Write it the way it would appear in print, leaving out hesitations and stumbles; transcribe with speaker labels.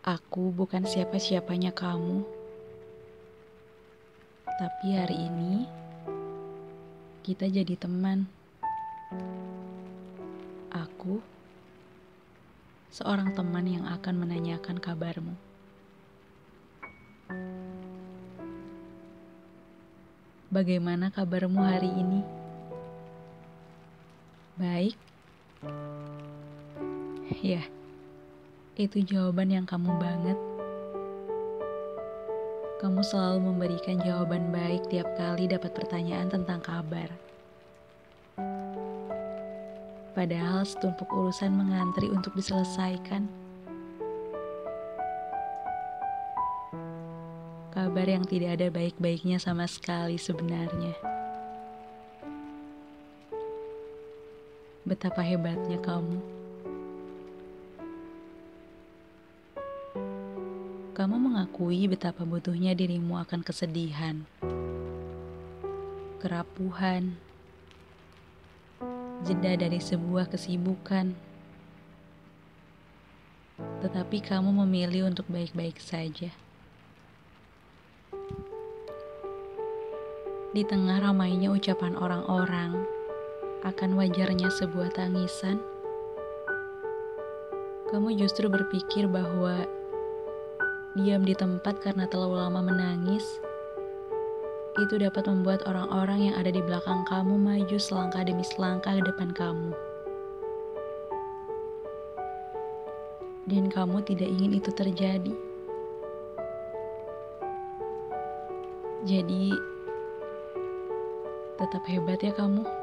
Speaker 1: Aku bukan siapa-siapanya kamu, tapi hari ini kita jadi teman. Aku seorang teman yang akan menanyakan kabarmu. Bagaimana kabarmu hari ini? Baik? Ya, itu jawaban yang kamu banget. Kamu selalu memberikan jawaban baik tiap kali dapat pertanyaan tentang kabar. Padahal setumpuk urusan mengantri untuk diselesaikan. Kabar yang tidak ada baik-baiknya sama sekali sebenarnya. Betapa hebatnya kamu. Kamu mengakui betapa butuhnya dirimu akan kesedihan, kerapuhan, jeda dari sebuah kesibukan. Tetapi kamu memilih untuk baik-baik saja. Di tengah ramainya ucapan orang-orang akan wajarnya sebuah tangisan, kamu justru berpikir bahwa diam di tempat karena terlalu lama menangis, itu dapat membuat orang-orang yang ada di belakang kamu maju selangkah demi selangkah ke depan kamu. Dan kamu tidak ingin itu terjadi. Jadi, tetap hebat ya kamu.